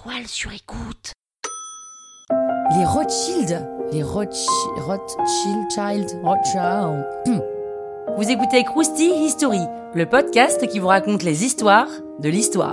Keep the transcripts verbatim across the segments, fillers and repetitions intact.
toile sur écoute. Les Rothschild Les Rothschild... Rothschild... Child... Rothschild... Vous écoutez Krusty History, le podcast qui vous raconte les histoires de l'histoire.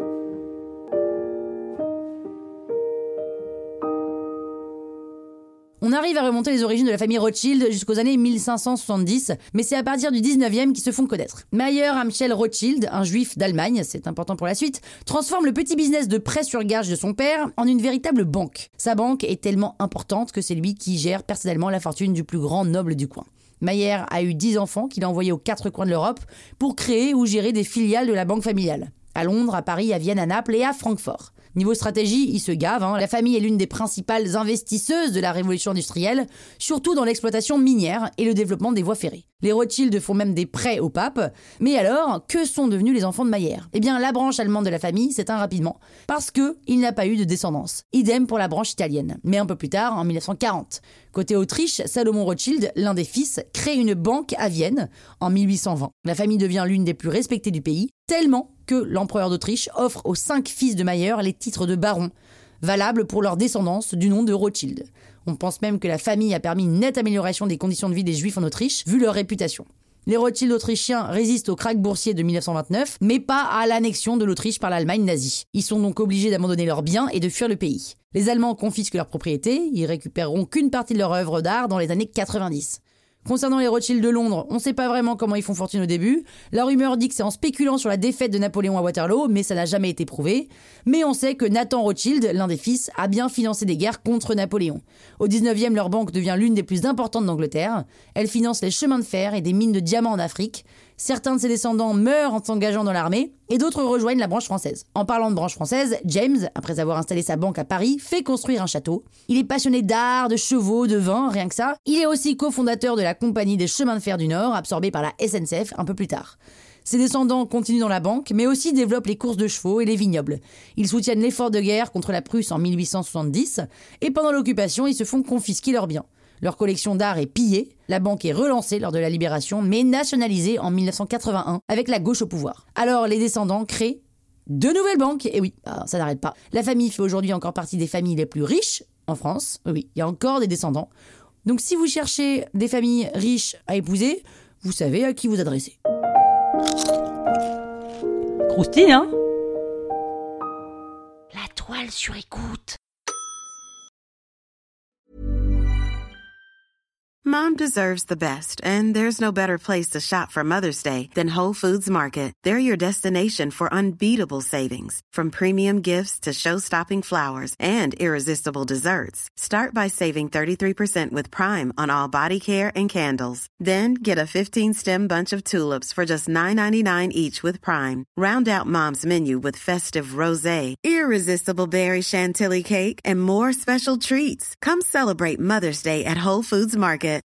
On arrive à remonter les origines de la famille Rothschild jusqu'aux années mille cinq cent soixante-dix, mais c'est à partir du dix-neuvième qu'ils se font connaître. Mayer Amschel Rothschild, un juif d'Allemagne, c'est important pour la suite, transforme le petit business de prêt sur gage de son père en une véritable banque. Sa banque est tellement importante que c'est lui qui gère personnellement la fortune du plus grand noble du coin. Mayer a eu dix enfants qu'il a envoyés aux quatre coins de l'Europe pour créer ou gérer des filiales de la banque familiale. À Londres, à Paris, à Vienne, à Naples et à Francfort. Niveau stratégie, il se gave, hein. La famille est l'une des principales investisseuses de la révolution industrielle, surtout dans l'exploitation minière et le développement des voies ferrées. Les Rothschild font même des prêts au pape. Mais alors, que sont devenus les enfants de Mayer ? Eh bien, la branche allemande de la famille s'éteint rapidement, parce qu'il n'a pas eu de descendance. Idem pour la branche italienne. Mais un peu plus tard, en mille neuf cent quarante. Côté Autriche, Salomon Rothschild, l'un des fils, crée une banque à Vienne en mille huit cent vingt. La famille devient l'une des plus respectées du pays, tellement que l'empereur d'Autriche offre aux cinq fils de Mayer les titres de baron, valables pour leur descendance du nom de Rothschild. On pense même que la famille a permis une nette amélioration des conditions de vie des Juifs en Autriche, vu leur réputation. Les Rothschild autrichiens résistent au krach boursier de mille neuf cent vingt-neuf, mais pas à l'annexion de l'Autriche par l'Allemagne nazie. Ils sont donc obligés d'abandonner leurs biens et de fuir le pays. Les Allemands confisquent leurs propriétés, ils récupéreront qu'une partie de leur œuvre d'art dans les années quatre-vingt-dix. Concernant les Rothschild de Londres, on ne sait pas vraiment comment ils font fortune au début. La rumeur dit que c'est en spéculant sur la défaite de Napoléon à Waterloo, mais ça n'a jamais été prouvé. Mais on sait que Nathan Rothschild, l'un des fils, a bien financé des guerres contre Napoléon. Au dix-neuvième, leur banque devient l'une des plus importantes d'Angleterre. Elle finance les chemins de fer et des mines de diamants en Afrique. Certains de ses descendants meurent en s'engageant dans l'armée, et d'autres rejoignent la branche française. En parlant de branche française, James, après avoir installé sa banque à Paris, fait construire un château. Il est passionné d'art, de chevaux, de vin, rien que ça. Il est aussi cofondateur de la Compagnie des chemins de fer du Nord, absorbée par la S N C F un peu plus tard. Ses descendants continuent dans la banque, mais aussi développent les courses de chevaux et les vignobles. Ils soutiennent l'effort de guerre contre la Prusse en mille huit cent soixante-dix, et pendant l'occupation, ils se font confisquer leurs biens. Leur collection d'art est pillée, la banque est relancée lors de la Libération, mais nationalisée en mille neuf cent quatre-vingt-un avec la gauche au pouvoir. Alors les descendants créent deux nouvelles banques, et oui, ça n'arrête pas. La famille fait aujourd'hui encore partie des familles les plus riches en France, oui, il y a encore des descendants. Donc si vous cherchez des familles riches à épouser, vous savez à qui vous adresser. Krusty, hein ? La toile sur écoute. Mom deserves the best, and there's no better place to shop for Mother's Day than Whole Foods Market. They're your destination for unbeatable savings, from premium gifts to show-stopping flowers and irresistible desserts. Start by saving thirty-three percent with Prime on all body care and candles. Then get a fifteen-stem bunch of tulips for just nine ninety-nine each with Prime. Round out Mom's menu with festive rosé, irresistible berry chantilly cake, and more special treats. Come celebrate Mother's Day at Whole Foods Market.